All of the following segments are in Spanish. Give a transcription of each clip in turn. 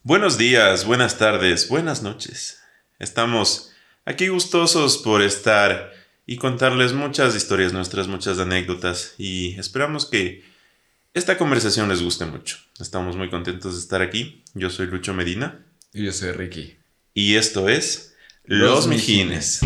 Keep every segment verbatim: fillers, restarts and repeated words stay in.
Buenos días, buenas tardes, buenas noches. Estamos aquí gustosos por estar y contarles muchas historias nuestras, muchas anécdotas y esperamos que esta conversación les guste mucho. Estamos muy contentos de estar aquí. Yo soy Lucho Medina. Y yo soy Ricky. Y esto es Los, Los Mijines.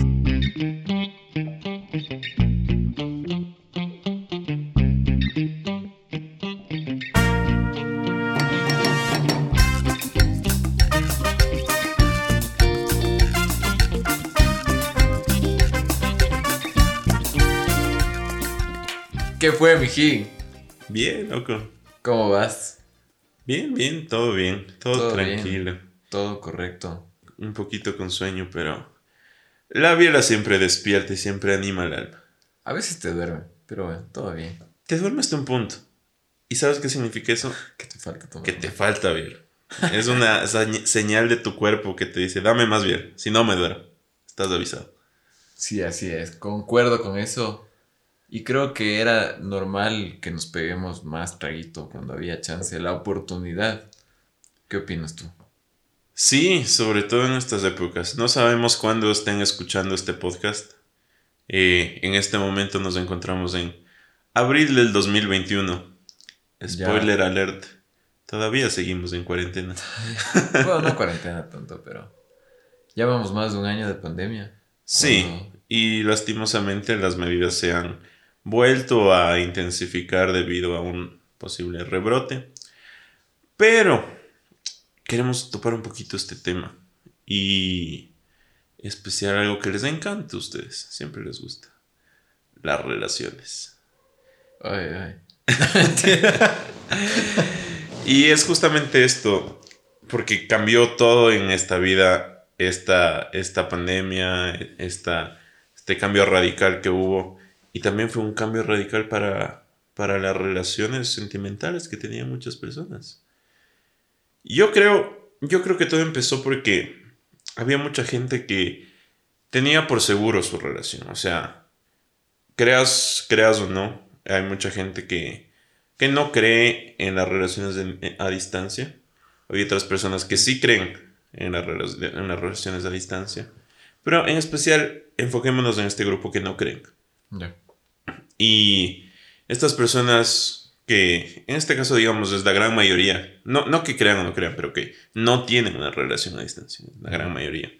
¿Qué fue, mijín? Bien, loco. ¿Cómo vas? Bien, bien, todo bien. Todo, todo tranquilo. Bien. Todo correcto. Un poquito con sueño, pero la biela siempre despierta y siempre anima al alma. A veces te duerme, pero bueno, todo bien. Te duermes hasta un punto. ¿Y sabes qué significa eso? Que te falta tomar. Que te falta biela. Es una señal de tu cuerpo que te dice, dame más biela, si no me duermo. Estás avisado. Sí, así es. Concuerdo con eso. Y creo que era normal que nos peguemos más traguito cuando había chance, la oportunidad. ¿Qué opinas tú? Sí, sobre todo en estas épocas. No sabemos cuándo estén escuchando este podcast. Eh, en este momento nos encontramos en abril del dos mil veintiuno. Spoiler ya. Alert. Todavía seguimos en cuarentena. Bueno, no cuarentena tanto, pero ya vamos más de un año de pandemia. Sí, cuando... y lastimosamente las medidas se han vuelto a intensificar debido a un posible rebrote. Pero queremos topar un poquito este tema y especial algo que les encanta a ustedes, siempre les gusta, las relaciones. Ay, ay. Y es justamente esto, porque cambió todo en esta vida, esta, esta pandemia, esta, este cambio radical que hubo. Y también fue un cambio radical para, para las relaciones sentimentales que tenían muchas personas. Yo creo, yo creo que todo empezó porque había mucha gente que tenía por seguro su relación. O sea, creas, creas o no, hay mucha gente que, que no cree en las relaciones de, a distancia. Hay otras personas que sí creen en las, en las relaciones a distancia. Pero en especial, enfoquémonos en este grupo que no creen. Yeah. Y estas personas que, en este caso, digamos, es la gran mayoría, no, no que crean o no crean, pero que no tienen una relación a distancia, la gran mayoría.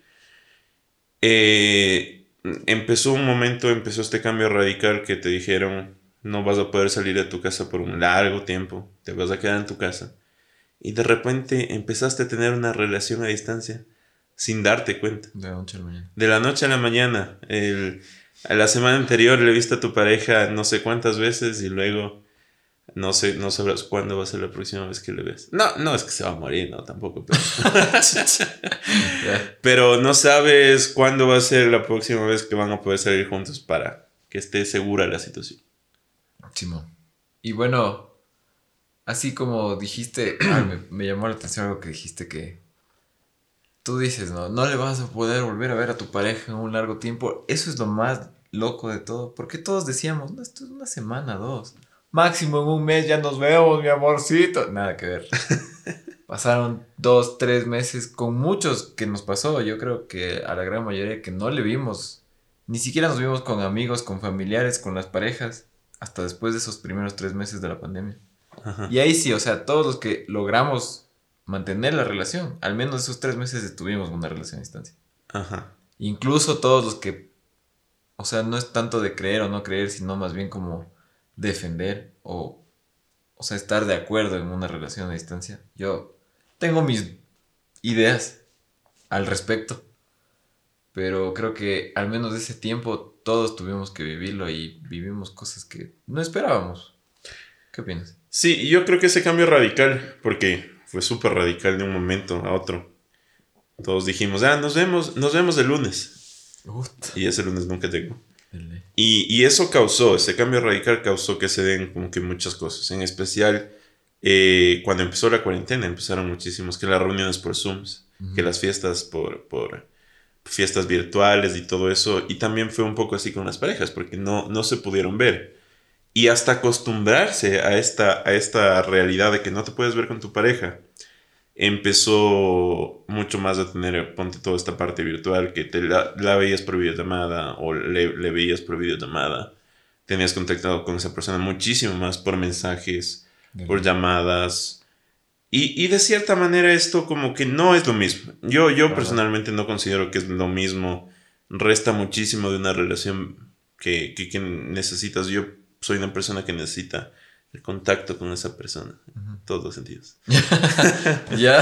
Eh, empezó un momento, empezó este cambio radical que te dijeron, no vas a poder salir de tu casa por un largo tiempo, te vas a quedar en tu casa. Y de repente empezaste a tener una relación a distancia sin darte cuenta. De la noche a la mañana. De la noche a la mañana. El, a la semana anterior le viste a tu pareja no sé cuántas veces y luego no sé, no sabrás cuándo va a ser la próxima vez que le ves. No, no es que se va a morir, no, tampoco. Pero, pero no sabes cuándo va a ser la próxima vez que van a poder salir juntos para que esté segura la situación. Simón. Y bueno, así como dijiste, ay, me, me llamó la atención algo que dijiste que tú dices, ¿no? No le vas a poder volver a ver a tu pareja en un largo tiempo. Eso es lo más loco de todo. Porque todos decíamos, no, esto es una semana, dos. Máximo en un mes ya nos vemos, mi amorcito. Nada que ver. Pasaron dos, tres meses con muchos que nos pasó. Yo creo que a la gran mayoría que no le vimos. Ni siquiera nos vimos con amigos, con familiares, con las parejas. Hasta después de esos primeros tres meses de la pandemia. Ajá. Y ahí sí, o sea, todos los que logramos mantener la relación, al menos esos tres meses tuvimos una relación a distancia. Ajá. Incluso todos los que, o sea, no es tanto de creer o no creer, sino más bien como defender o, o sea, estar de acuerdo en una relación a distancia. Yo tengo mis ideas al respecto, pero creo que al menos de ese tiempo todos tuvimos que vivirlo y vivimos cosas que no esperábamos. ¿Qué opinas? Sí, yo creo que ese cambio radical, porque fue súper radical de un momento a otro. Todos dijimos, ah, nos vemos, nos vemos el lunes. Uf. Y ese lunes nunca llegó. Y, y eso causó, ese cambio radical causó que se den como que muchas cosas. En especial, eh, cuando empezó la cuarentena, empezaron muchísimos, que las reuniones por Zooms, uh-huh. que las fiestas por, por fiestas virtuales y todo eso. Y también fue un poco así con las parejas, porque no, no se pudieron ver. Y hasta acostumbrarse a esta, a esta realidad de que no te puedes ver con tu pareja, empezó mucho más a tener, ponte toda esta parte virtual, que te la, la veías por videollamada o le, le veías por videollamada. Tenías contactado con esa persona muchísimo más por mensajes, de por llamadas. Y, y de cierta manera esto como que no es lo mismo. Yo, yo personalmente no considero que es lo mismo. Resta muchísimo de una relación que, que, que necesitas. Yo soy una persona que necesita el contacto con esa persona. Uh-huh. En todos los sentidos. Ya.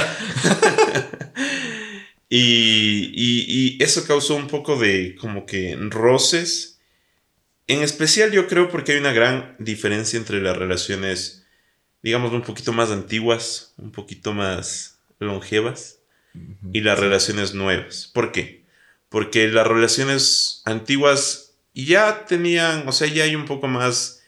y, y, y eso causó un poco de como que roces. En especial yo creo porque hay una gran diferencia entre las relaciones, digamos, un poquito más antiguas, un poquito más longevas, uh-huh. y las sí. relaciones nuevas. ¿Por qué? Porque las relaciones antiguas ya tenían, o sea, ya hay un poco más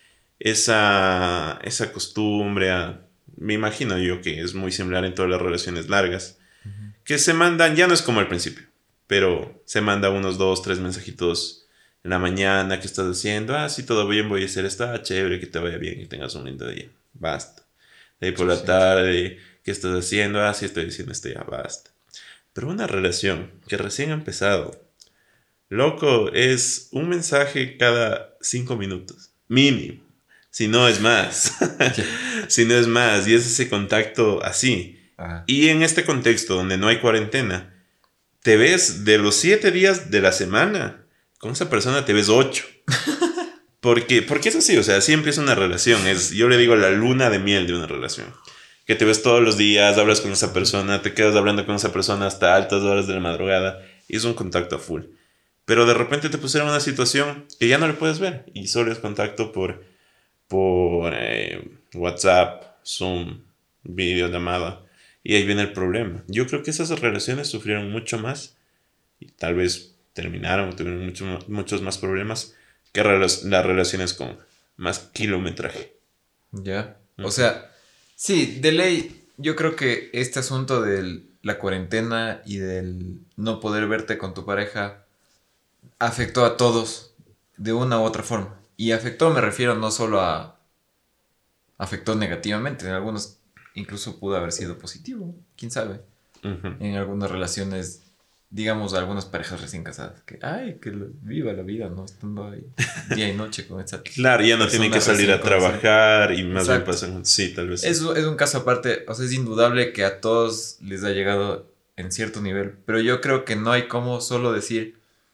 esa, esa costumbre, a, me imagino yo que es muy similar en todas las relaciones largas, uh-huh. que se mandan, ya no es como al principio, pero se manda unos dos, tres mensajitos en la mañana, ¿qué estás haciendo? Ah, sí, todo bien, voy a hacer esto, ah, chévere, que te vaya bien, que tengas un lindo día, basta. De ahí por sí, la tarde, ¿qué estás haciendo? Ah, sí, estoy diciendo esto, ya, basta. Pero una relación que recién ha empezado, loco, es un mensaje cada cinco minutos, mínimo, si no es más, si no es más, y es ese contacto así. Ajá. Y en este contexto donde no hay cuarentena, te ves de los siete días de la semana, con esa persona te ves ocho. Porque, porque es así, o sea, así empieza una relación. Es, yo le digo la luna de miel de una relación. Que te ves todos los días, hablas con esa persona, te quedas hablando con esa persona hasta altas horas de la madrugada. Y es un contacto a full. Pero de repente te pusieron en una situación que ya no le puedes ver. Y solo es contacto por, por eh, WhatsApp, Zoom, videollamada. Y ahí viene el problema. Yo creo que esas relaciones sufrieron mucho más. Y tal vez terminaron, tuvieron mucho, muchos más problemas que rela- las relaciones con más kilometraje. Ya, uh-huh. O sea, sí, de ley, yo creo que este asunto de la cuarentena y del no poder verte con tu pareja afectó a todos de una u otra forma. Y afectó, me refiero no solo a... afectó negativamente, en algunos incluso pudo haber sido positivo, quién sabe. Uh-huh. En algunas relaciones, digamos, algunas parejas recién casadas, que, ay, que lo, viva la vida, ¿no? Estando ahí día y noche con esa... Claro, ya no tienen que salir a trabajar y más bien pasan... Sí, tal vez. Sí. Es, es un caso aparte, o sea, es indudable que a todos les ha llegado en cierto nivel, pero yo creo que no hay como solo decir,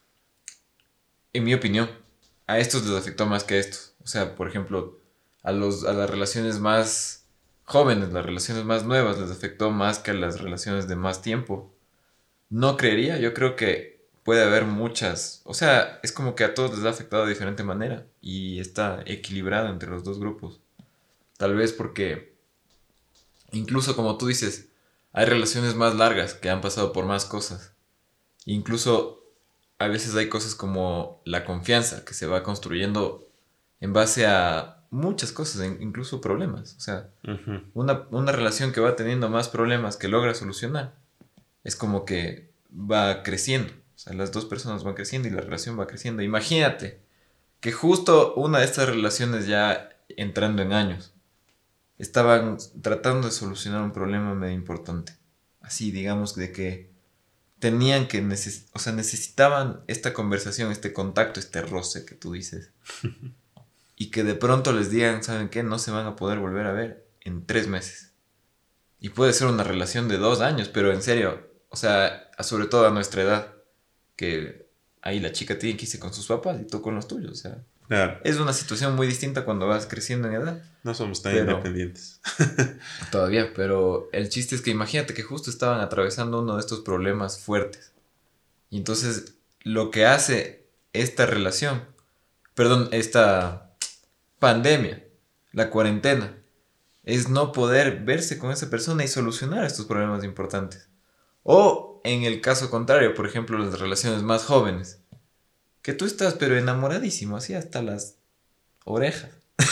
en mi opinión, a estos les afectó más que a estos. O sea, por ejemplo, a, los, a las relaciones más jóvenes, las relaciones más nuevas, les afectó más que a las relaciones de más tiempo. No creería, yo creo que puede haber muchas, o sea, es como que a todos les ha afectado de diferente manera y está equilibrado entre los dos grupos. Tal vez porque, incluso como tú dices, hay relaciones más largas que han pasado por más cosas. Incluso a veces hay cosas como la confianza que se va construyendo en base a muchas cosas, incluso problemas. O sea, uh-huh. una, una relación que va teniendo más problemas que logra solucionar. Es como que va creciendo. O sea, las dos personas van creciendo y la relación va creciendo. Imagínate que justo una de estas relaciones ya entrando en años estaban tratando de solucionar un problema medio importante. Así, digamos, de que tenían que, neces- o sea, necesitaban esta conversación, este contacto, este roce que tú dices. Y que de pronto les digan, ¿saben qué? No se van a poder volver a ver en tres meses. Y puede ser una relación de dos años, pero en serio... O sea, sobre todo a nuestra edad, que ahí la chica tiene que irse con sus papás y tú con los tuyos. O sea, claro. Es una situación muy distinta cuando vas creciendo en edad. No somos tan pero, independientes. Todavía, pero el chiste es que imagínate que justo estaban atravesando uno de estos problemas fuertes. Y entonces lo que hace esta relación, perdón, esta pandemia, la cuarentena, es no poder verse con esa persona y solucionar estos problemas importantes. O en el caso contrario, por ejemplo, las relaciones más jóvenes, que tú estás pero enamoradísimo, así hasta las orejas.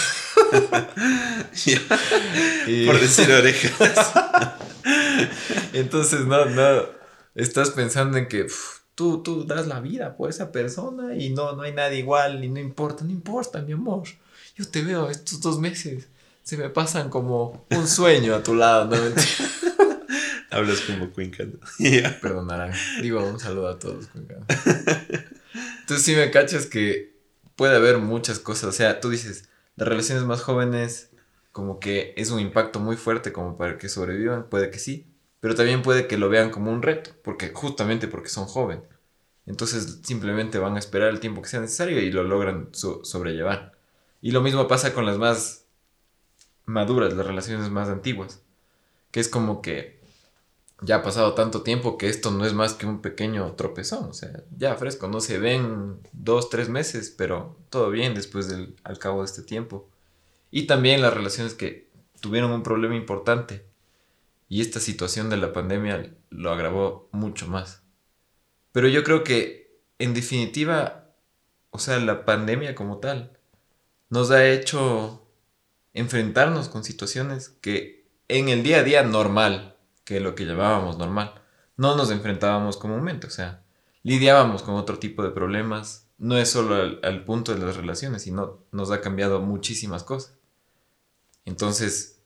y... Por decir orejas. Entonces, no, no, estás pensando en que uf, tú, tú das la vida por esa persona y no, no hay nadie igual y no importa, no importa, mi amor. Yo te veo estos dos meses, se me pasan como un sueño a tu lado, ¿no? Hablas como cuencano. Yeah. Perdonarán. Digo, un saludo a todos cuencanos. Entonces sí me cachas que puede haber muchas cosas. O sea, tú dices, las relaciones más jóvenes como que es un impacto muy fuerte como para que sobrevivan. Puede que sí. Pero también puede que lo vean como un reto. Porque justamente porque son jóvenes. Entonces simplemente van a esperar el tiempo que sea necesario y lo logran so- sobrellevar. Y lo mismo pasa con las más maduras, las relaciones más antiguas. Que es como que ya ha pasado tanto tiempo que esto no es más que un pequeño tropezón. O sea, ya fresco, no se ven dos, tres meses, pero todo bien después del, al cabo de este tiempo. Y también las relaciones que tuvieron un problema importante. Y esta situación de la pandemia lo agravó mucho más. Pero yo creo que, en definitiva, o sea, la pandemia como tal nos ha hecho enfrentarnos con situaciones que en el día a día normal, que es lo que llamábamos normal, no nos enfrentábamos comúnmente. O sea, lidiábamos con otro tipo de problemas. No es solo al, al punto de las relaciones, sino nos ha cambiado muchísimas cosas. Entonces,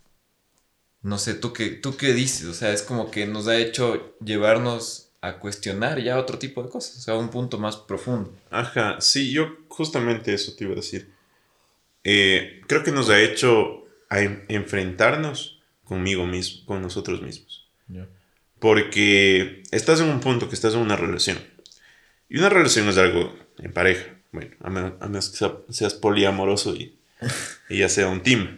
no sé, ¿tú qué, tú qué dices? O sea, es como que nos ha hecho llevarnos a cuestionar ya otro tipo de cosas, o sea, un punto más profundo. Ajá, sí, yo justamente eso te iba a decir. Eh, creo que nos ha hecho a en- enfrentarnos conmigo mismo, con nosotros mismos. Ya. Porque estás en un punto que estás en una relación. Y una relación es algo en pareja. Bueno, a menos, a menos que sea- seas poliamoroso y, y ya sea un team.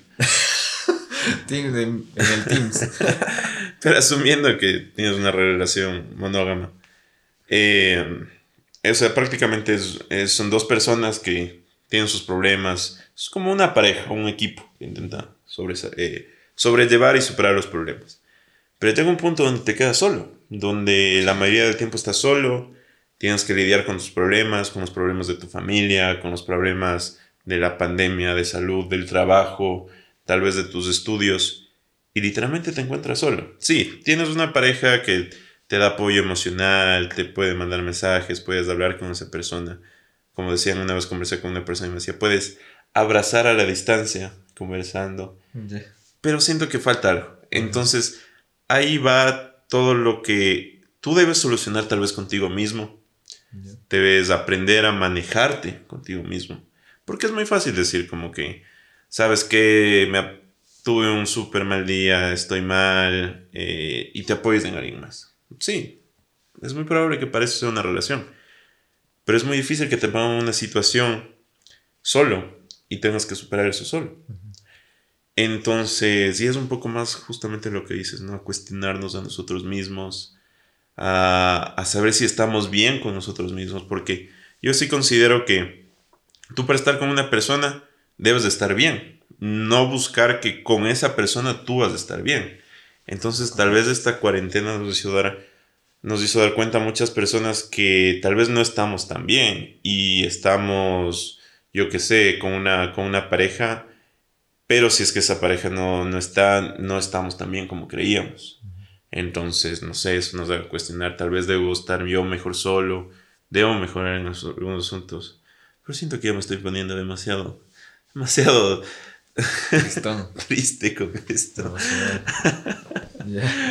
Teams en, en el Teams. Pero asumiendo que tienes una relación monógama. Eh, o sea, prácticamente es- es- son dos personas que tienen sus problemas. Es como una pareja, un equipo que intenta sobresa- eh, sobrellevar y superar los problemas. Pero llega un punto donde te quedas solo, donde la mayoría del tiempo estás solo, tienes que lidiar con tus problemas, con los problemas de tu familia, con los problemas de la pandemia, de salud, del trabajo, tal vez de tus estudios, y literalmente te encuentras solo. Sí, tienes una pareja que te da apoyo emocional, te puede mandar mensajes, puedes hablar con esa persona. Como decían, una vez conversé con una persona y me decía, puedes abrazar a la distancia, conversando, Ya. pero siento que falta algo. Ujú. Entonces, ahí va todo lo que tú debes solucionar tal vez contigo mismo. Ya. Debes aprender a manejarte contigo mismo. Porque es muy fácil decir como que, sabes que me ap- tuve un súper mal día, estoy mal, eh, y te apoyas en alguien más. Sí, es muy probable que para eso sea una relación. Pero es muy difícil que te pongan en una situación solo y tengas que superar eso solo. Entonces, y es un poco más justamente lo que dices, ¿no? A cuestionarnos a nosotros mismos, a, a saber si estamos bien con nosotros mismos, porque yo sí considero que tú para estar con una persona debes de estar bien, no buscar que con esa persona tú vas a estar bien. Entonces, tal vez esta cuarentena nos hizo dar, nos hizo dar cuenta a muchas personas que tal vez no estamos tan bien y estamos, yo qué sé, con una, con una pareja, pero si es que esa pareja no, no está, no estamos tan bien como creíamos. Entonces, no sé, eso nos da a cuestionar. Tal vez debo estar yo mejor solo, debo mejorar en los- algunos asuntos. Pero siento que ya me estoy poniendo demasiado, demasiado Tristón. triste con esto. Emocional. Ya.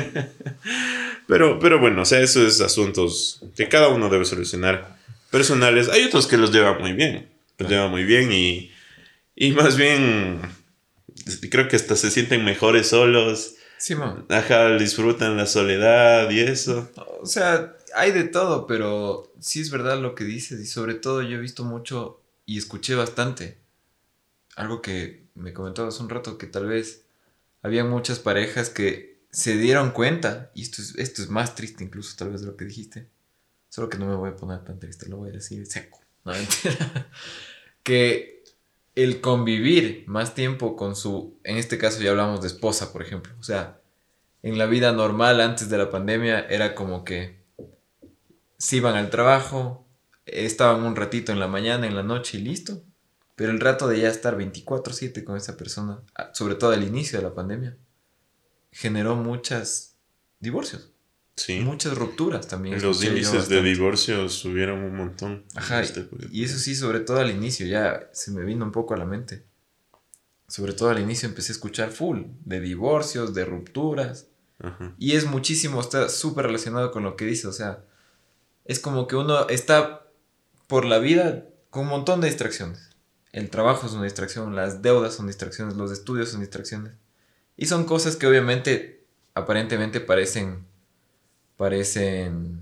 Pero, pero bueno, o sea, eso es asuntos que cada uno debe solucionar personales. Hay otros que los llevan muy bien, los Claro. llevan muy bien y, y más bien creo que hasta se sienten mejores solos. Simón. Ajá, disfrutan la soledad y eso. O sea, hay de todo, pero sí es verdad lo que dices y sobre todo yo he visto mucho y escuché bastante. Algo que me comentabas hace un rato, que tal vez había muchas parejas que se dieron cuenta, y esto es, esto es más triste incluso tal vez de lo que dijiste, solo que no me voy a poner tan triste, lo voy a decir seco, no mentira, que el convivir más tiempo con su, en este caso ya hablamos de esposa, por ejemplo, o sea, en la vida normal antes de la pandemia era como que se iban al trabajo, estaban un ratito en la mañana, en la noche y listo. Pero el rato de ya estar veinticuatro siete con esa persona, ah, sobre todo al inicio de la pandemia, generó muchos divorcios, Sí. muchas rupturas también Los escuché yo índices de bastante. divorcio subieron un montón en Ajá, esta época. y eso sí, sobre todo al inicio, ya se me vino un poco a la mente. Sobre todo al inicio empecé a escuchar full de divorcios, de rupturas. Ajá. Y es muchísimo, está súper relacionado con lo que dice, o sea, es como que uno está por la vida con un montón de distracciones. El trabajo es una distracción, las deudas son distracciones, los estudios son distracciones. Y son cosas que obviamente, aparentemente parecen, parecen,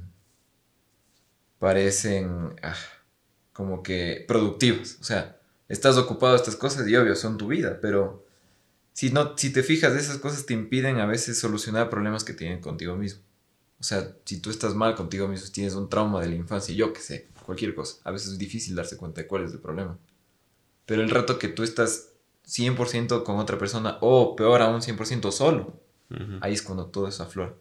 parecen, ah, como que productivas. O sea, estás ocupado de estas cosas y obvio, son tu vida, pero si, no, si te fijas, esas cosas te impiden a veces solucionar problemas que tienen contigo mismo. O sea, si tú estás mal contigo mismo, si tienes un trauma de la infancia, yo qué sé, cualquier cosa, a veces es difícil darse cuenta de cuál es el problema. Pero el rato que tú estás cien por ciento con otra persona, o peor aún, cien por ciento solo, Uh-huh. ahí es cuando todo eso aflora.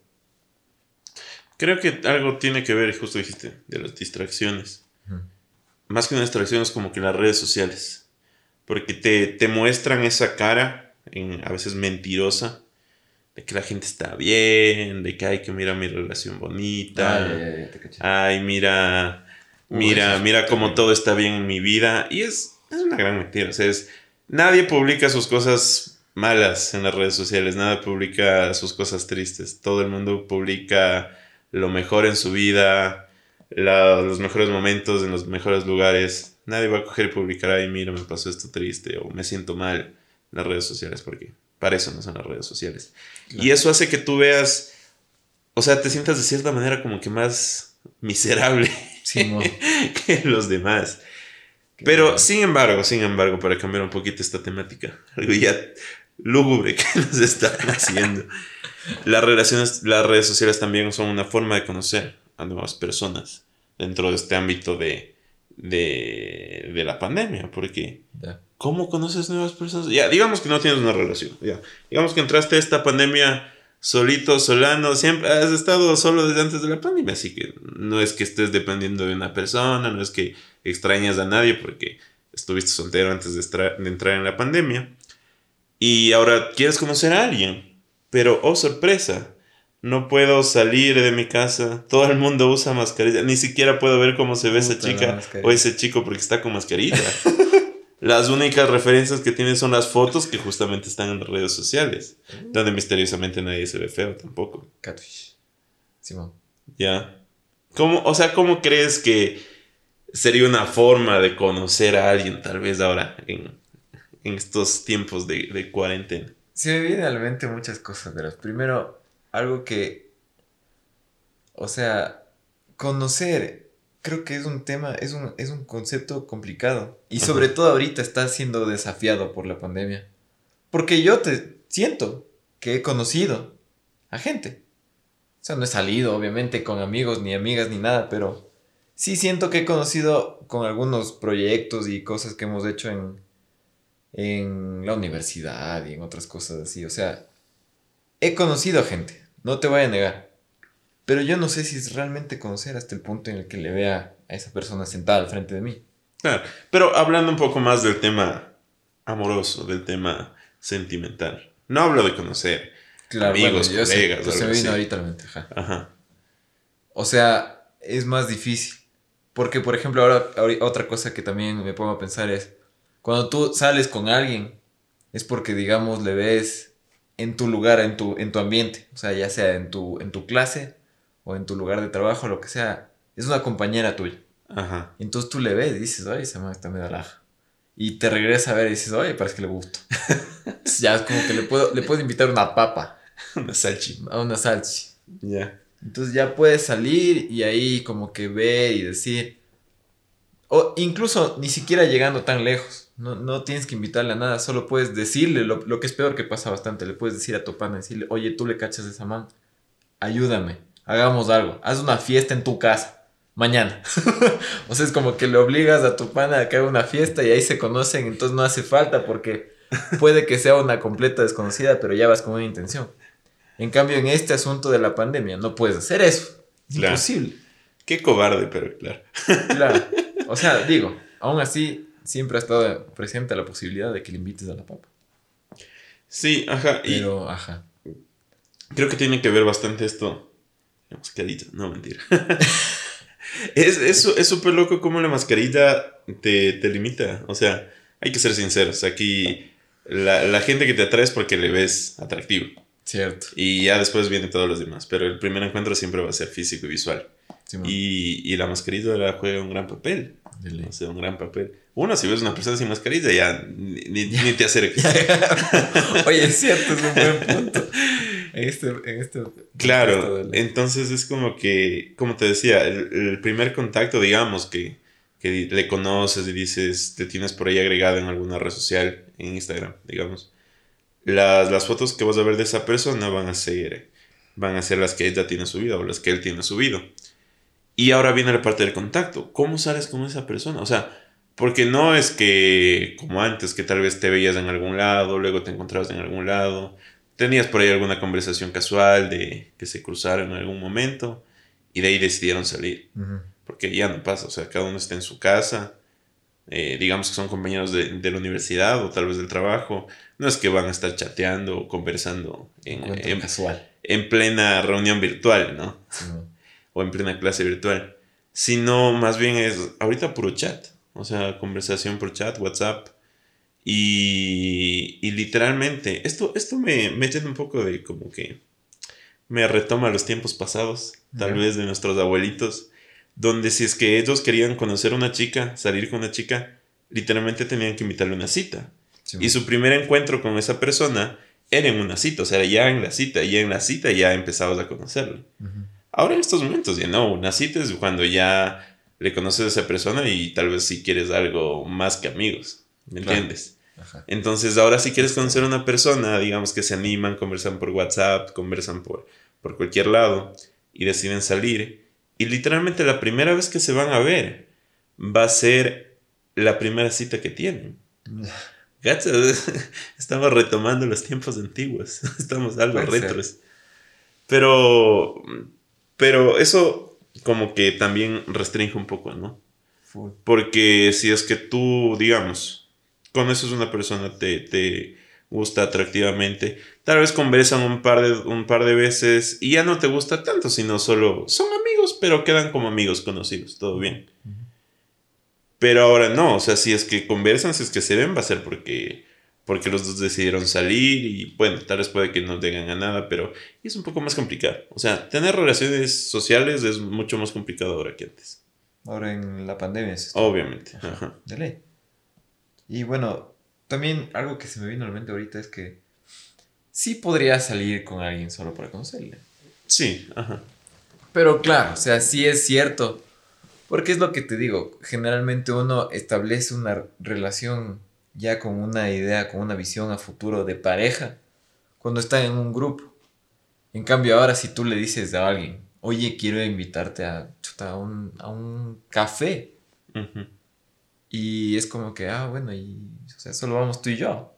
Creo que algo tiene que ver, justo dijiste, de las distracciones. Uh-huh. Más que una distracción es como que las redes sociales. Porque te, te muestran esa cara, en, a veces mentirosa, de que la gente está bien, de que ay, que mira mi relación bonita. Ah, ya, ya, ya, te caché. Ay, mira, Uy, mira, eso mira está cómo bien. todo está bien en mi vida. Y es, es una gran mentira. O sea, es, nadie publica sus cosas malas en las redes sociales, nadie publica sus cosas tristes. Todo el mundo publica lo mejor en su vida, la, los mejores momentos en los mejores lugares. Nadie va a coger y publicar, ay, mira, me pasó esto triste o me siento mal en las redes sociales, porque para eso no son las redes sociales. Claro. Y eso hace que tú veas, o sea, te sientas de cierta manera como que más miserable Sí, mo. que los demás. Qué Pero bien. sin embargo, sin embargo, para cambiar un poquito esta temática, algo ya lúgubre que nos está haciendo, las relaciones, las redes sociales también son una forma de conocer a nuevas personas dentro de este ámbito de, de, de la pandemia, porque Ya. ¿cómo conoces nuevas personas? Ya, digamos que no tienes una relación, ya, digamos que entraste a esta pandemia solito, solano, siempre has estado solo desde antes de la pandemia, así que no es que estés dependiendo de una persona, no es que extrañas a nadie porque estuviste soltero antes de, estra- de entrar en la pandemia y ahora quieres conocer a alguien, pero oh sorpresa, no puedo salir de mi casa, todo el mundo usa mascarilla, ni siquiera puedo ver cómo se ve esa Puta, la chica mascarilla. o ese chico porque está con mascarilla. Las únicas referencias que tienen son las fotos que justamente están en las redes sociales, donde misteriosamente nadie se ve feo tampoco. Catfish. Simón. ¿Ya? ¿Cómo, o sea, ¿cómo crees que sería una forma de conocer a alguien tal vez ahora en, en estos tiempos de, de cuarentena? Se me vienen a la mente muchas cosas, pero primero, algo que, o sea, conocer, creo que es un tema, es un, es un concepto complicado. Y Ajá. sobre todo ahorita está siendo desafiado por la pandemia. Porque yo te siento que he conocido a gente. O sea, no he salido, obviamente, con amigos, ni amigas, ni nada, pero sí siento que he conocido con algunos proyectos y cosas que hemos hecho en, en la universidad y en otras cosas así. O sea, he conocido a gente, no te voy a negar. Pero yo no sé si es realmente conocer hasta el punto en el que le vea a esa persona sentada al frente de mí. Claro, pero hablando un poco más del tema amoroso, del tema sentimental. No hablo de conocer Claro, amigos, bueno, yo sé, colegas, pues se algo me vino así. ahorita a la mente, ajá. Ajá. O sea, es más difícil. Porque, por ejemplo, ahora, ahora otra cosa que también me pongo a pensar es, cuando tú sales con alguien, es porque, digamos, le ves en tu lugar, en tu, en tu ambiente. O sea, ya sea en tu, en tu clase o en tu lugar de trabajo, lo que sea. Es una compañera tuya. Ajá. Entonces tú le ves y dices, oye, esa man está medio laja. Y te regresa a ver y dices, oye, parece que le gusto. Entonces ya es como que le puedo, le puedo invitar una papa, Una salchi. a una salchi. Ya. Entonces ya puedes salir y ahí como que ver y decir. O incluso ni siquiera llegando tan lejos. No, no tienes que invitarle a nada. Solo puedes decirle lo, lo que es peor, que pasa bastante. Le puedes decir a tu pana, decirle, oye, tú le cachas a esa man. Ayúdame. Hagamos algo. Haz una fiesta en tu casa. Mañana. O sea, es como que le obligas a tu pana a que haga una fiesta y ahí se conocen. Entonces no hace falta porque puede que sea una completa desconocida, pero ya vas con una intención. En cambio, en este asunto de la pandemia, no puedes hacer eso. Es Claro. imposible. Qué cobarde, pero claro. Claro. O sea, digo, aún así, siempre ha estado presente la posibilidad de que le invites a la papa. Sí, ajá. Y Pero, ajá. creo que tiene que ver bastante esto. La mascarilla, no mentira. es es es súper loco cómo la mascarilla te, te limita. O sea, hay que ser sinceros. Aquí la, la gente que te atrae es porque le ves atractivo. Cierto. Y ya después vienen todos los demás. Pero el primer encuentro siempre va a ser físico y visual. Sí, man. Y, y la mascarilla la juega un gran papel. Dele. O sea, un gran papel. Uno, si ves una persona sin mascarilla, ya ni, ni, ni te acerques. Oye, es cierto, es un buen punto. En este, en este Claro, entonces es como que, como te decía, el, el primer contacto, digamos, que, que le conoces y dices, te tienes por ahí agregado en alguna red social, en Instagram, digamos. Las, las fotos que vas a ver de esa persona van a ser, van a ser las que ella tiene subido o las que él tiene subido. Y ahora viene la parte del contacto. ¿Cómo sales con esa persona? O sea, porque no es que como antes, que tal vez te veías en algún lado, luego te encontrabas en algún lado, tenías por ahí alguna conversación casual de que se cruzaron en algún momento y de ahí decidieron salir. Uh-huh. Porque ya no pasa, o sea, cada uno está en su casa, eh, digamos que son compañeros de, de la universidad o tal vez del trabajo, no es que van a estar chateando o conversando en, en, casual. en plena reunión virtual, ¿no? Sí, no. O en plena clase virtual, sino más bien es ahorita puro chat, o sea, conversación por chat, WhatsApp, y, y literalmente, esto, esto me, me llena un poco de como que me retoma los tiempos pasados, tal Yeah. vez de nuestros abuelitos, donde si es que ellos querían conocer a una chica, salir con una chica, literalmente tenían que invitarle a una cita. Sí, Y su primer encuentro con esa persona era en una cita, o sea, ya en la cita, ya en la cita ya empezabas a conocerla. uh-huh. Ahora en estos momentos ya no, una cita es cuando ya le conoces a esa persona y tal vez si quieres algo más que amigos, ¿me Claro. entiendes? Ajá. Entonces ahora si quieres conocer a una persona, digamos que se animan, conversan por WhatsApp, conversan por, por cualquier lado y deciden salir. Y literalmente la primera vez que se van a ver va a ser la primera cita que tienen. Gacha, estamos retomando los tiempos antiguos, estamos algo Puede ser. retros. Pero, pero eso como que también restringe un poco, ¿no? Full. Porque si es que tú, digamos, conoces a una persona, te, te gusta atractivamente, tal vez conversan un par, de, un par de veces y ya no te gusta tanto, sino solo son amigos, pero quedan como amigos conocidos, todo bien. Uh-huh. Pero ahora no, o sea, si es que conversan, si es que se ven, va a ser porque, porque los dos decidieron salir y bueno, tal vez puede que no tengan a nada, pero es un poco más complicado. O sea, tener relaciones sociales es mucho más complicado ahora que antes. Ahora en la pandemia es esto. Obviamente. Ajá. Ajá. De ley. Y bueno, también algo que se me vino a la mente ahorita es que sí podría salir con alguien solo para conocerle. Sí, ajá. Pero claro, o sea, sí es cierto. Porque es lo que te digo, generalmente uno establece una relación ya con una idea, con una visión a futuro de pareja, cuando está en un grupo. En cambio ahora si tú le dices a alguien, oye, quiero invitarte a, chuta, a, un, a un café, Uh-huh. y es como que, ah, bueno, y o sea, solo vamos tú y yo.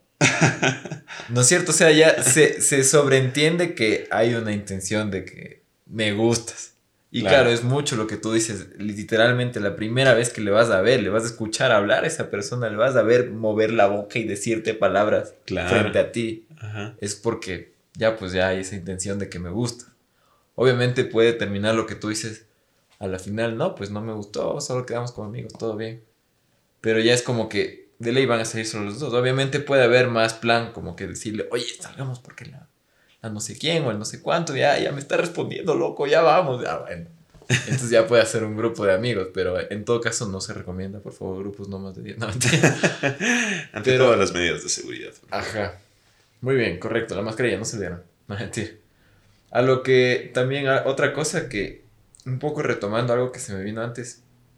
¿No es cierto? O sea, ya se, se sobreentiende que hay una intención de que me gustas. Y claro. claro, es mucho lo que tú dices. Literalmente, la primera vez que le vas a ver, le vas a escuchar hablar a esa persona, le vas a ver mover la boca y decirte palabras Claro. frente a ti. Ajá. Es porque ya, pues ya hay esa intención de que me gusta. Obviamente puede terminar lo que tú dices a la final, no, pues no me gustó, solo quedamos como amigos, todo bien. Pero ya es como que de ley van a salir solo los dos. Obviamente puede haber más plan, como que decirle, oye, salgamos porque la... a no sé quién o el no sé cuánto, ya, ya me está respondiendo, loco, ya vamos, ya bueno. Entonces ya puede hacer un grupo de amigos, pero en todo caso no se recomienda, por favor, grupos no más de diez. No, mentira. Ante Pero- todas las medidas de seguridad. Ajá. Muy bien, correcto, la mascarilla no se dieron. No, mentira. A lo que también, a- otra cosa que, un poco retomando algo que se me vino antes,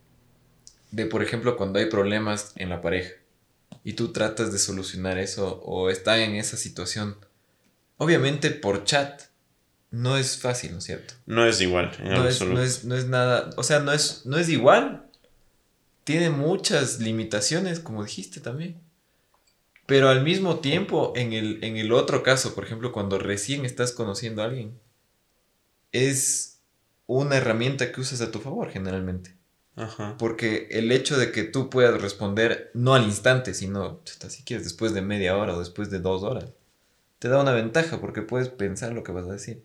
de por ejemplo cuando hay problemas en la pareja y tú tratas de solucionar eso o están en esa situación, obviamente por chat no es fácil, ¿no es cierto? No es igual, en No es, absoluto. no, es, no es nada, o sea, no es, no es igual. Tiene muchas limitaciones, como dijiste también. Pero al mismo tiempo, en el, en el otro caso, por ejemplo, cuando recién estás conociendo a alguien, es una herramienta que usas a tu favor generalmente. Ajá. Porque el hecho de que tú puedas responder no al instante, sino, chuta, si quieres, después de media hora o después de dos horas, te da una ventaja porque puedes pensar lo que vas a decir.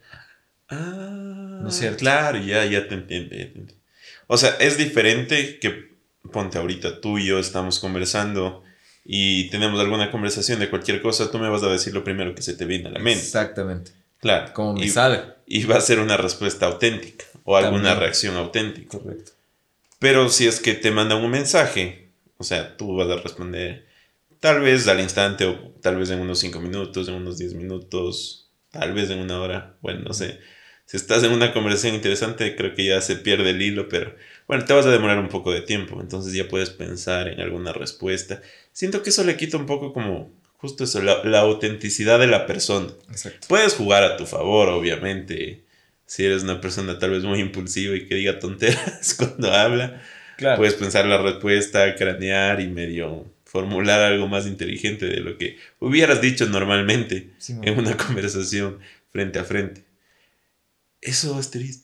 Ah, ¿No es cierto? claro, ya, ya te entiendo, ya te entiendo. O sea, es diferente que, ponte ahorita, tú y yo estamos conversando y tenemos alguna conversación de cualquier cosa, tú me vas a decir lo primero que se te viene a la mente. Exactamente. Claro. Como me y, sale. y va a ser una respuesta auténtica o alguna También. reacción auténtica. Correcto. Pero si es que te mandan un mensaje, o sea, tú vas a responder tal vez al instante o tal vez en unos cinco minutos, en unos diez minutos, tal vez en una hora. Bueno, no sé. Si estás en una conversación interesante, creo que ya se pierde el hilo, pero bueno, te vas a demorar un poco de tiempo, entonces ya puedes pensar en alguna respuesta. Siento que eso le quita un poco como justo eso, la, la autenticidad de la persona. Exacto. Puedes jugar a tu favor, obviamente. Si eres una persona tal vez muy impulsiva y que diga tonteras cuando habla, Claro. puedes pensar la respuesta, cranear y medio formular algo más inteligente de lo que hubieras dicho normalmente Sí, en una conversación frente a frente. Eso es triste.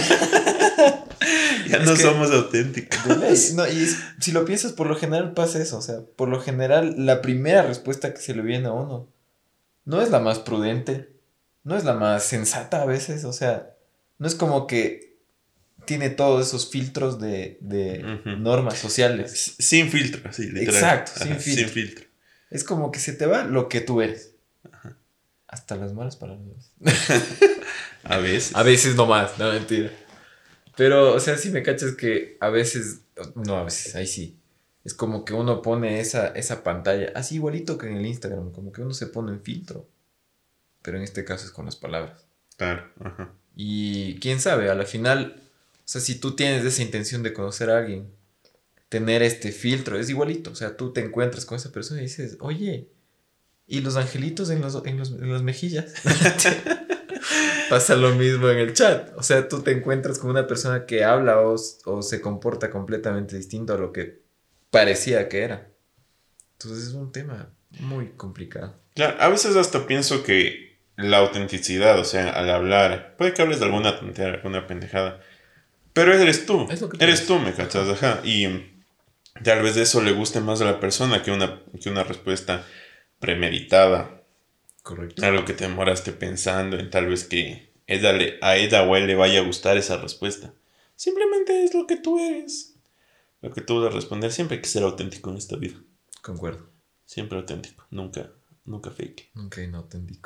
Ya Es no que, somos auténticos. de ley, no, y es- si lo piensas, por lo general pasa eso. O sea, por lo general, la primera respuesta que se le viene a uno no es la más prudente, no es la más sensata a veces. O sea, no es como que tiene todos esos filtros de, de Ujú. normas sociales. S- Sin filtro, sí, literal. Exacto, sin Ajá, filtro. Sin filtro. Es como que se te va lo que tú eres. Hasta las malas palabras. A veces. A veces nomás, no mentira. Pero, o sea, si me cachas que a veces, no, a veces, ahí sí. Es como que uno pone esa, esa pantalla, así igualito que en el Instagram, como que uno se pone en filtro. Pero en este caso es con las palabras. Claro, ajá. Y quién sabe, a la final, o sea, si tú tienes esa intención de conocer a alguien, tener este filtro es igualito. O sea, tú te encuentras con esa persona y dices, oye, ¿y los angelitos en, los, en, los, en las mejillas? Pasa lo mismo en el chat. O sea, tú te encuentras con una persona que habla o, o se comporta completamente distinto a lo que parecía que era. Entonces es un tema muy complicado. Claro, a veces hasta pienso que la autenticidad, o sea, al hablar, puede que hables de alguna tontería, alguna pendejada, pero eres tú, Es lo que tú eres eres. tú, me cachas, ajá, y mm, tal vez eso le guste más a la persona que una, que una respuesta premeditada, Correcto. algo que te demoraste pensando en tal vez que ella le- a ella o a él le vaya a gustar esa respuesta. Simplemente es lo que tú eres, lo que tú vas a responder. Siempre hay que ser auténtico en esta vida, Concuerdo. siempre auténtico, nunca, nunca fake. Nunca inauténtico.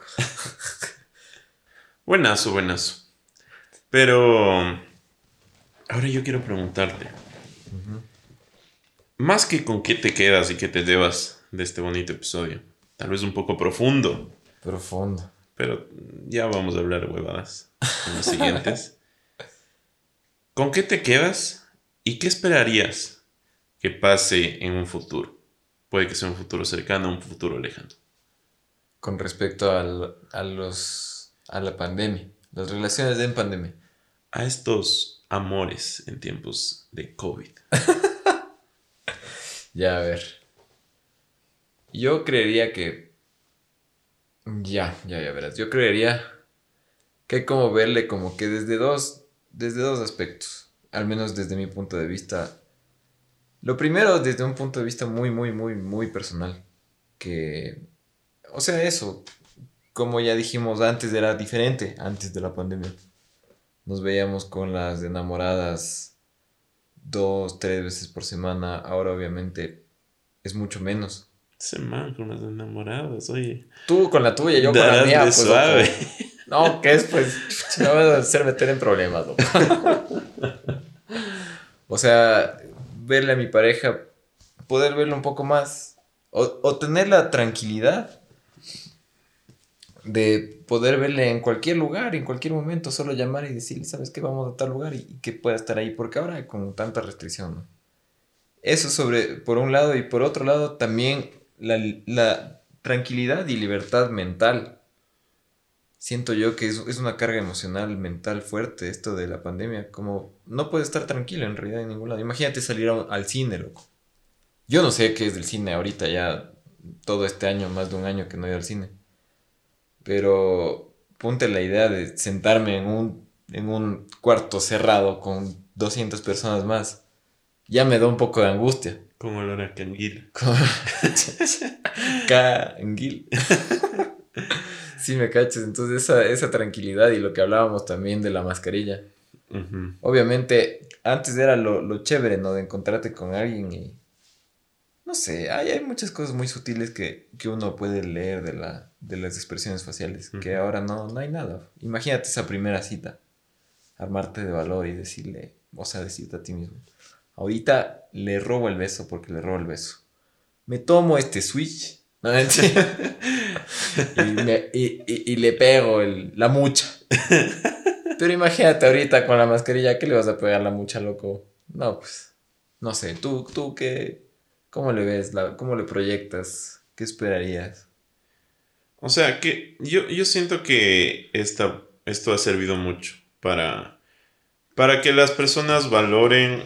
Buenazo, buenazo. Pero ahora yo quiero preguntarte, Uh-huh. más que con qué te quedas y qué te llevas de este bonito episodio, tal vez un poco profundo, Profundo. pero ya vamos a hablar huevadas en los siguientes. ¿Con qué te quedas y qué esperarías que pase en un futuro? Puede que sea un futuro cercano o un futuro lejano. Con respecto al, a los a la pandemia. Las relaciones en pandemia. A estos amores en tiempos de COVID. Ya, a ver. Yo creería que. Ya, ya, ya verás. Yo creería que hay como verle como que desde dos, desde dos aspectos. Al menos desde mi punto de vista. Lo primero, desde un punto de vista muy, muy, muy, muy personal. Que. O sea, eso. Como ya dijimos antes, era diferente antes de la pandemia. Nos veíamos con las enamoradas dos, tres veces por semana. Ahora obviamente es mucho menos. Se man con las enamoradas, oye. Tú con la tuya, yo con la Darás mía, de pues. suave. Loco. No, ¿qué es? Pues me vas a hacer meter en problemas, loco. O sea, verle a mi pareja, poder verlo un poco más. O, o tener la tranquilidad de poder verle en cualquier lugar, en cualquier momento, solo llamar y decirle, ¿sabes qué? Vamos a tal lugar y, y que pueda estar ahí, porque ahora con tanta restricción, ¿no? Eso sobre, por un lado, y por otro lado también la, la tranquilidad y libertad mental. Siento yo que es, es una carga emocional, mental fuerte esto de la pandemia, como no puedes estar tranquilo en realidad en ningún lado. Imagínate salir a un- al cine, loco. Yo no sé qué es del cine ahorita, ya todo este año, más de un año que no he ido al cine. Pero ponte la idea de sentarme en un, en un cuarto cerrado con doscientas personas más. Ya me da un poco de angustia. Con olor a canguil. Canguil. Sí, me cachas. Entonces esa, esa tranquilidad y lo que hablábamos también de la mascarilla. Ujú. Obviamente, antes era lo, lo chévere, ¿no? De encontrarte con alguien y, No sé, hay, hay muchas cosas muy sutiles que, que uno puede leer de, la, de las expresiones faciales, uh-huh. que ahora no, no hay nada. Imagínate esa primera cita, armarte de valor y decirle, o sea, decirte a ti mismo, ahorita le robo el beso porque le robo el beso. Me tomo este switch, ¿no? y, me, y, y, y le pego el, la mucha. Pero imagínate ahorita con la mascarilla, ¿qué le vas a pegar la mucha, loco? No, pues, no sé, tú, tú qué, ¿cómo le ves? La, ¿Cómo le proyectas? ¿Qué esperarías? O sea, que yo, yo siento que esta, esto ha servido mucho para, para que las personas valoren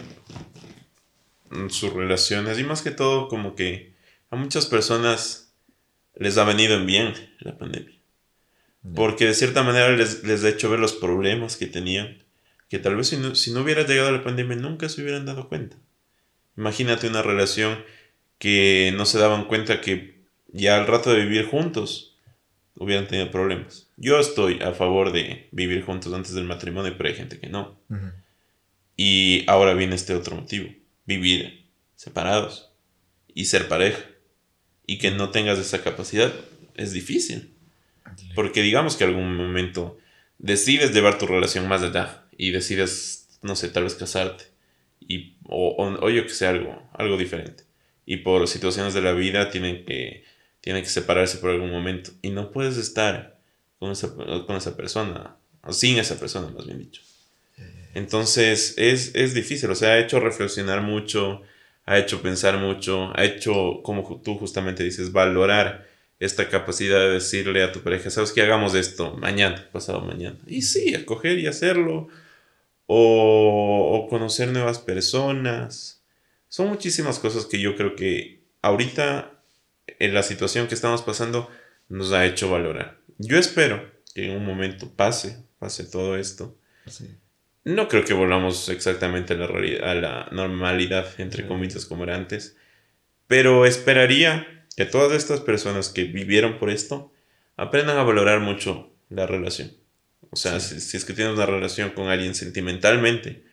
sus relaciones y más que todo como que a muchas personas les ha venido en bien la pandemia. Porque de cierta manera les, les ha hecho ver los problemas que tenían, que tal vez si no, si no hubiera llegado la pandemia nunca se hubieran dado cuenta. Imagínate una relación que no se daban cuenta que ya al rato de vivir juntos hubieran tenido problemas. Yo estoy a favor de vivir juntos antes del matrimonio, pero hay gente que no. Uh-huh. Y ahora viene este otro motivo, vivir separados y ser pareja. Y que no tengas esa capacidad es difícil. Porque digamos que en algún momento decides llevar tu relación más allá y decides, no sé, tal vez casarte y, o, o, o yo que sé, algo, algo diferente. Y por situaciones de la vida tienen que, tienen que separarse por algún momento. Y no puedes estar con esa, con esa persona, o sin esa persona, más bien dicho. Entonces es, es difícil, o sea, ha hecho reflexionar mucho, ha hecho pensar mucho, ha hecho, como tú justamente dices, valorar esta capacidad de decirle a tu pareja, ¿sabes qué? Hagamos esto mañana, pasado mañana. Y sí, acoger y hacerlo. O, o conocer nuevas personas. Son muchísimas cosas que yo creo que ahorita, en la situación que estamos pasando, nos ha hecho valorar. Yo espero que en un momento pase, pase todo esto. Sí. No creo que volvamos exactamente a la, realidad, a la normalidad, entre sí. comillas, como era antes. Pero esperaría que todas estas personas que vivieron por esto aprendan a valorar mucho la relación. O sea, sí. si, si es que tienes una relación con alguien sentimentalmente,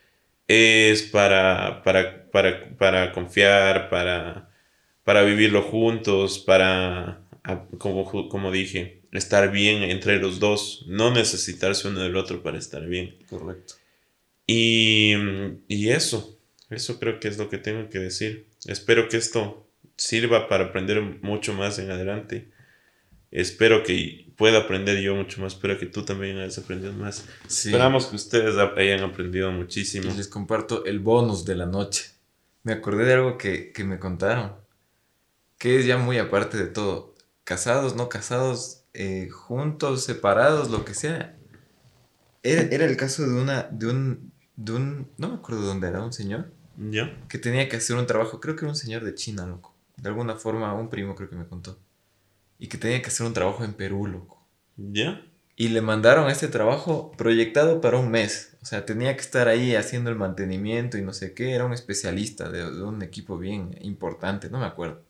es para, para, para, para confiar, para, para vivirlo juntos, para, como, como dije, estar bien entre los dos, no necesitarse uno del otro para estar bien. Correcto. Y, y eso, eso creo que es lo que tengo que decir. Espero que esto sirva para aprender mucho más en adelante. Espero que pueda aprender yo mucho más. Espero que tú también hayas aprendido más. Sí. Esperamos que ustedes hayan aprendido muchísimo. Y les comparto el bonus de la noche. Me acordé de algo que, que me contaron, que es ya muy aparte de todo. Casados, no casados, eh, juntos, separados, lo que sea. Era, era el caso de una de un, de un... No me acuerdo de dónde era, un señor. ¿Ya? Que tenía que hacer un trabajo. Creo que era un señor de China, loco. De alguna forma, un primo creo que me contó. Y que tenía que hacer un trabajo en Perú, loco. ¿Ya? Y le mandaron este trabajo proyectado para un mes. O sea, tenía que estar ahí haciendo el mantenimiento y no sé qué. Era un especialista de, de un equipo bien importante, no me acuerdo.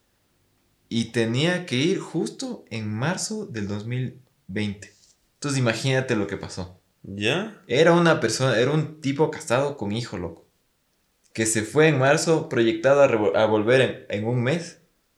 Y tenía que ir justo en marzo del dos mil veinte. Entonces imagínate lo que pasó. ¿Ya? Era una persona, era un tipo casado con hijo, loco. Que se fue en marzo proyectado a, revol- a volver en, en un mes.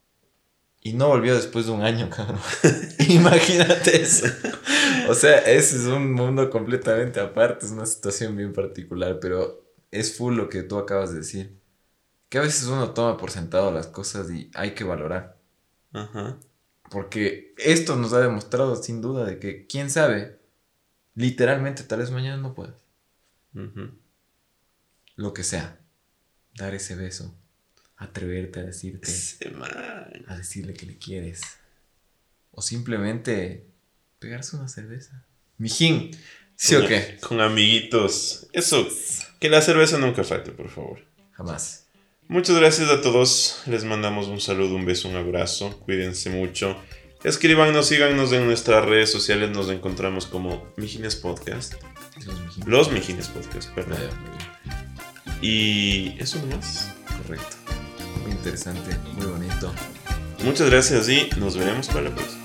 Y no volvió después de un año, cabrón. Imagínate eso. O sea, ese es un mundo completamente aparte. Es una situación bien particular. Pero es full lo que tú acabas de decir. Que a veces uno toma por sentado las cosas y hay que valorar. Ajá. Porque esto nos ha demostrado sin duda de que, quién sabe, literalmente tal vez mañana no puedas. Uh-huh. Lo que sea. Dar ese beso. Atreverte a decirte, sí, man. a decirle que le quieres. O simplemente pegarse una cerveza. Mijín, ¿sí con, o qué? Con amiguitos. Eso, que la cerveza nunca falte, por favor. Jamás. Muchas gracias a todos. Les mandamos un saludo, un beso, un abrazo. Cuídense mucho. Escríbanos, síganos en nuestras redes sociales. Nos encontramos como Mijines Podcast. Los Mijines. Los Mijines Podcast, perdón. Vaya, y eso nomás. Correcto. Muy interesante, muy bonito. Muchas gracias y nos veremos para la próxima.